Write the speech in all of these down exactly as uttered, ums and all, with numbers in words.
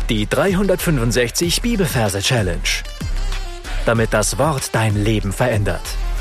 Die dreihundertfünfundsechzig Bibelverse Challenge. Damit das Wort dein Leben verändert.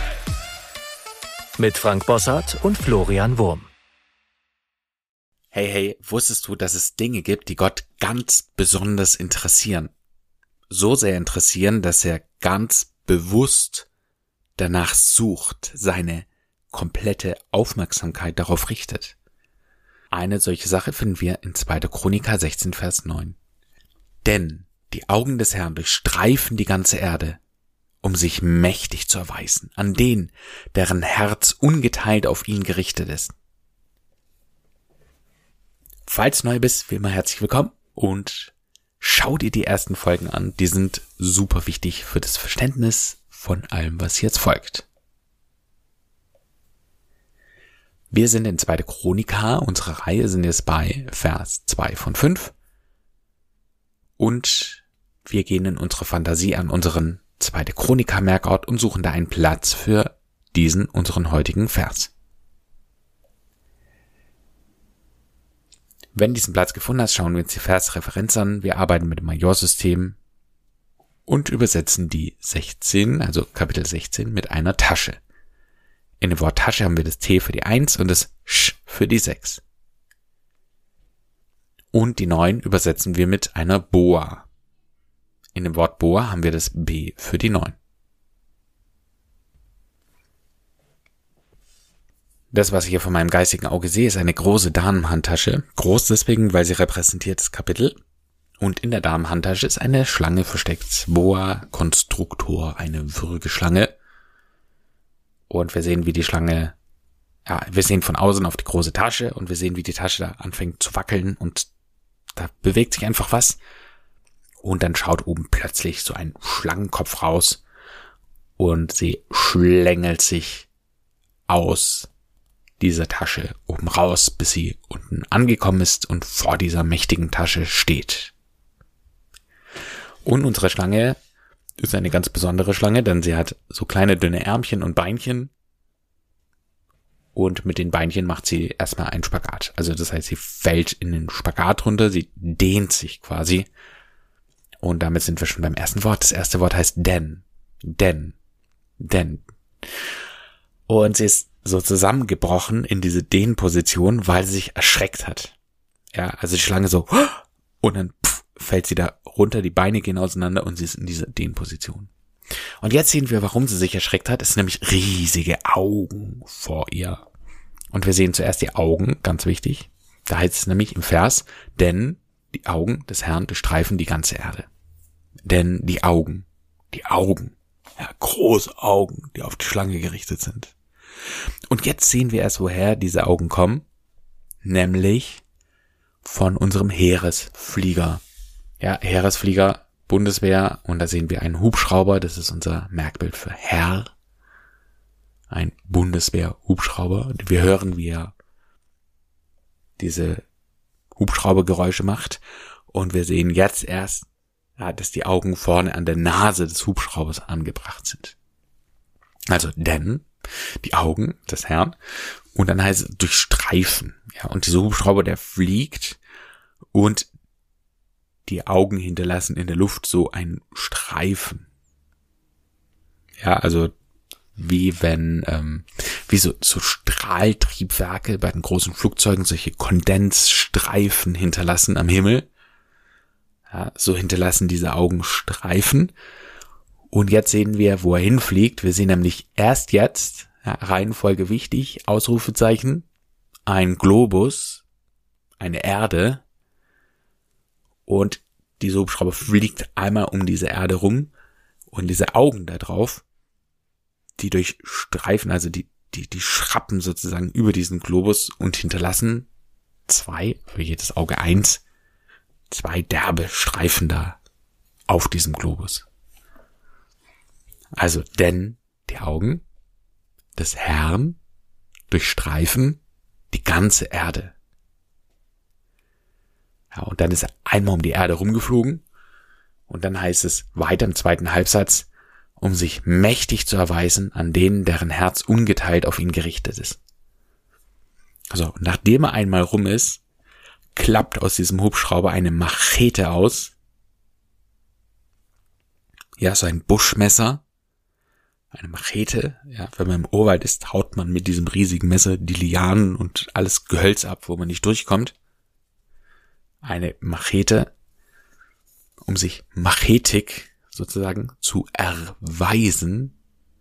Mit Frank Bossart und Florian Wurm. Hey, hey, wusstest du, dass es Dinge gibt, die Gott ganz besonders interessieren? So sehr interessieren, dass er ganz bewusst danach sucht, seine komplette Aufmerksamkeit darauf richtet. Eine solche Sache finden wir in zweiter Chroniker sechzehn, Vers neun. Denn die Augen des Herrn durchstreifen die ganze Erde, um sich mächtig zu erweisen, an den, deren Herz ungeteilt auf ihn gerichtet ist. Falls neu bist, wie immer herzlich willkommen und schau dir die ersten Folgen an. Die sind super wichtig für das Verständnis von allem, was jetzt folgt. Wir sind in zweiter Chroniker, unsere Reihe sind jetzt bei Vers zwei von fünf. Und wir gehen in unsere Fantasie an unseren zweite Chroniker-Merkort und suchen da einen Platz für diesen, unseren heutigen Vers. Wenn du diesen Platz gefunden hast, schauen wir uns die Versreferenz an. Wir arbeiten mit dem Majorsystem und übersetzen die sechzehn, also Kapitel sechzehn, mit einer Tasche. In dem Wort Tasche haben wir das T für die eins und das Sch für die sechs. Und die neun übersetzen wir mit einer Boa. In dem Wort Boa haben wir das B für die neun. Das, was ich hier von meinem geistigen Auge sehe, ist eine große Damenhandtasche. Groß deswegen, weil sie repräsentiert das Kapitel. Und in der Damenhandtasche ist eine Schlange versteckt. Boa Constrictor, eine Würgeschlange. Und wir sehen, wie die Schlange, ja, wir sehen von außen auf die große Tasche und wir sehen, wie die Tasche da anfängt zu wackeln und da bewegt sich einfach was. Und dann schaut oben plötzlich so ein Schlangenkopf raus und sie schlängelt sich aus dieser Tasche oben raus, bis sie unten angekommen ist und vor dieser mächtigen Tasche steht. Und unsere Schlange ist eine ganz besondere Schlange, denn sie hat so kleine dünne Ärmchen und Beinchen. Und mit den Beinchen macht sie erstmal einen Spagat. Also das heißt, sie fällt in den Spagat runter, sie dehnt sich quasi. Und damit sind wir schon beim ersten Wort. Das erste Wort heißt denn. Denn. Denn. Und sie ist so zusammengebrochen in diese Dehnposition, weil sie sich erschreckt hat. Ja, also die Schlange so, und dann pff, fällt sie da runter, die Beine gehen auseinander und sie ist in dieser Dehnposition. Und jetzt sehen wir, warum sie sich erschreckt hat. Es sind nämlich riesige Augen vor ihr. Und wir sehen zuerst die Augen, ganz wichtig. Da heißt es nämlich im Vers, denn die Augen des Herrn durchstreifen die ganze Erde. Denn die Augen, die Augen, ja, große Augen, die auf die Schlange gerichtet sind. Und jetzt sehen wir erst, woher diese Augen kommen. Nämlich von unserem Heeresflieger. Ja, Heeresflieger, Bundeswehr, und da sehen wir einen Hubschrauber, das ist unser Merkbild für Herr. Ein Bundeswehr-Hubschrauber. Wir hören, wie er diese Hubschraubergeräusche macht. Und wir sehen jetzt erst, ja, dass die Augen vorne an der Nase des Hubschraubers angebracht sind. Also, denn die Augen des Herrn. Und dann heißt es durchstreifen. Ja, und dieser Hubschrauber, der fliegt und die Augen hinterlassen in der Luft so einen Streifen. Ja, also wie wenn, ähm, wie so, so Strahltriebwerke bei den großen Flugzeugen solche Kondensstreifen hinterlassen am Himmel. Ja, so hinterlassen diese Augen Streifen. Und jetzt sehen wir, wo er hinfliegt. Wir sehen nämlich erst jetzt, ja, Reihenfolge wichtig, Ausrufezeichen, ein Globus, eine Erde. Und dieser Hubschrauber fliegt einmal um diese Erde rum und diese Augen da drauf, die durchstreifen, also die, die, die schrappen sozusagen über diesen Globus und hinterlassen zwei, für jedes Auge eins, zwei derbe Streifen da auf diesem Globus. Also, denn die Augen des Herrn durchstreifen die ganze Erde. Ja, und dann ist er einmal um die Erde rumgeflogen und dann heißt es weiter im zweiten Halbsatz, um sich mächtig zu erweisen an denen, deren Herz ungeteilt auf ihn gerichtet ist. Also, nachdem er einmal rum ist, klappt aus diesem Hubschrauber eine Machete aus ja, so ein Buschmesser, eine Machete, ja, wenn man im Urwald ist, haut man mit diesem riesigen Messer die Lianen und alles Gehölz ab, wo man nicht durchkommt. Eine Machete, um sich machetig sozusagen zu erweisen.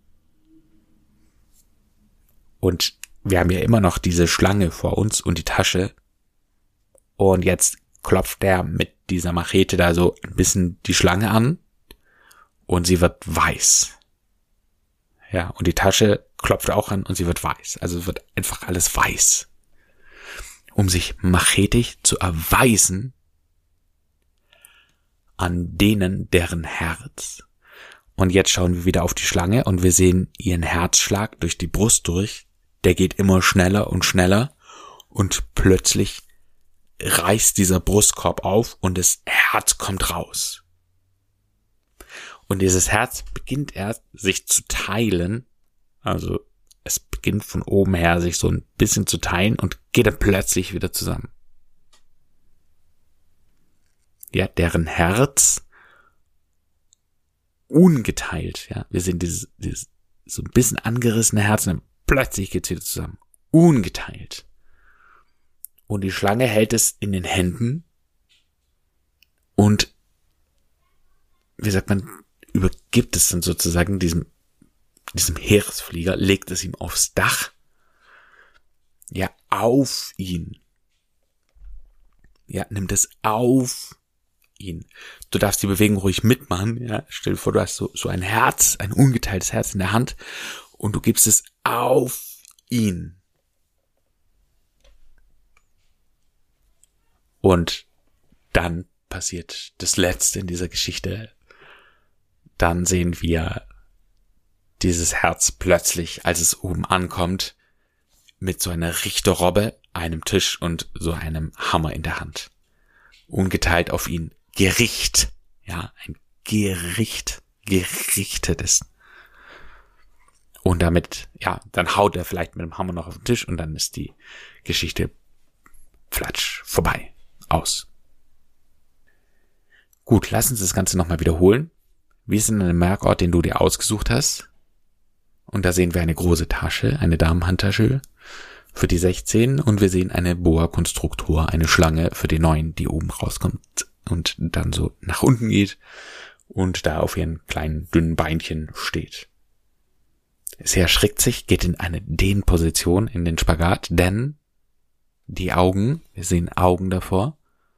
Und wir haben ja immer noch diese Schlange vor uns und die Tasche. Und jetzt klopft er mit dieser Machete da so ein bisschen die Schlange an. Und sie wird weiß. Ja, und die Tasche klopft auch an und sie wird weiß. Also wird einfach alles weiß. Um sich machetig zu erweisen an denen, deren Herz. Und jetzt schauen wir wieder auf die Schlange und wir sehen ihren Herzschlag durch die Brust durch. Der geht immer schneller und schneller und plötzlich reißt dieser Brustkorb auf und das Herz kommt raus. Und dieses Herz beginnt erst sich zu teilen, also es beginnt von oben her sich so ein bisschen zu teilen und geht dann plötzlich wieder zusammen. Ja, deren Herz ungeteilt, ja, wir sehen dieses, dieses so ein bisschen angerissene Herz und dann plötzlich geht's wieder zusammen, ungeteilt. Und die Schlange hält es in den Händen und, wie sagt man, übergibt es dann sozusagen diesem, diesem Heeresflieger, legt es ihm aufs Dach, ja, auf ihn. Ja, nimmt es auf ihn. Du darfst die Bewegung ruhig mitmachen, ja. Stell dir vor, du hast so, so ein Herz, ein ungeteiltes Herz in der Hand und du gibst es auf ihn. Und dann passiert das Letzte in dieser Geschichte. Dann sehen wir dieses Herz plötzlich, als es oben ankommt, mit so einer Richterrobbe, einem Tisch und so einem Hammer in der Hand. Ungeteilt auf ihn. Gericht. Ja, ein Gericht. Gerichtetes. Und damit, ja, dann haut er vielleicht mit dem Hammer noch auf den Tisch und dann ist die Geschichte flatsch, vorbei, aus. Gut, lass uns das Ganze nochmal wiederholen. Wir sind an einem Merkort, den du dir ausgesucht hast. Und da sehen wir eine große Tasche, eine Damenhandtasche für die sechzehn und wir sehen eine Boa-Konstruktor, eine Schlange für die neun, die oben rauskommt und dann so nach unten geht und da auf ihren kleinen, dünnen Beinchen steht. Sie erschrickt sich, geht in eine Dehnposition, in den Spagat, denn die Augen, wir sehen Augen davor,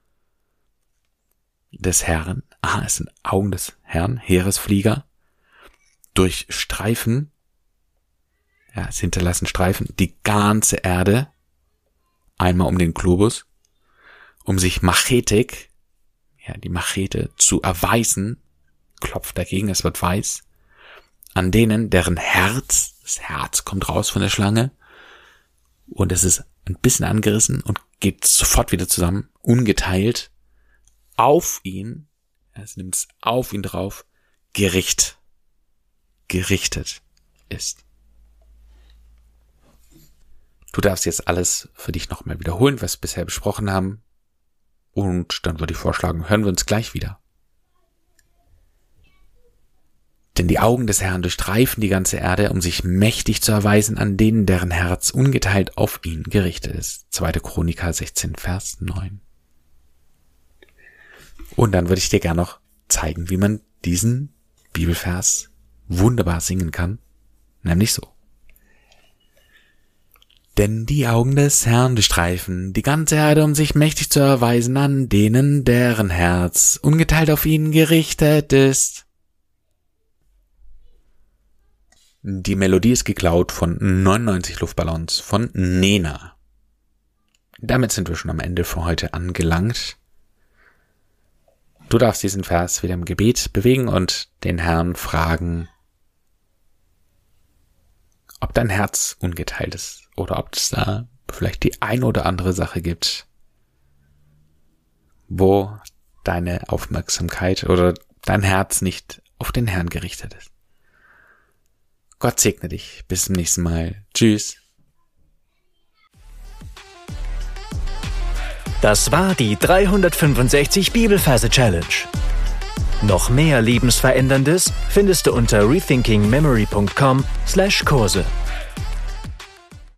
des Herrn, aha, es sind Augen des Herrn, Heeresflieger, durch Streifen, ja, es hinterlassen Streifen, die ganze Erde, einmal um den Globus, um sich machetig, ja, die Machete zu erweisen, klopft dagegen, es wird weiß, an denen, deren Herz, das Herz kommt raus von der Schlange und es ist ein bisschen angerissen und geht sofort wieder zusammen, ungeteilt, auf ihn, es nimmt es auf ihn drauf, Gericht, gerichtet ist. Du darfst jetzt alles für dich nochmal wiederholen, was wir bisher besprochen haben. Und dann würde ich vorschlagen, hören wir uns gleich wieder. Denn die Augen des Herrn durchstreifen die ganze Erde, um sich mächtig zu erweisen an denen, deren Herz ungeteilt auf ihn gerichtet ist. zweite Chroniker sechzehn, Vers neun. Und dann würde ich dir gerne noch zeigen, wie man diesen Bibelvers wunderbar singen kann. Nämlich so. Denn die Augen des Herrn durchstreifen die ganze Erde, um sich mächtig zu erweisen an denen, deren Herz ungeteilt auf ihn gerichtet ist. Die Melodie ist geklaut von neunundneunzig Luftballons von Nena. Damit sind wir schon am Ende für heute angelangt. Du darfst diesen Vers wieder im Gebet bewegen und den Herrn fragen, ob dein Herz ungeteilt ist oder ob es da vielleicht die ein oder andere Sache gibt, wo deine Aufmerksamkeit oder dein Herz nicht auf den Herrn gerichtet ist. Gott segne dich. Bis zum nächsten Mal. Tschüss. Das war die dreihundertfünfundsechzig Bibelverse Challenge. Noch mehr Lebensveränderndes findest du unter rethinkingmemory punkt com slash Kurse.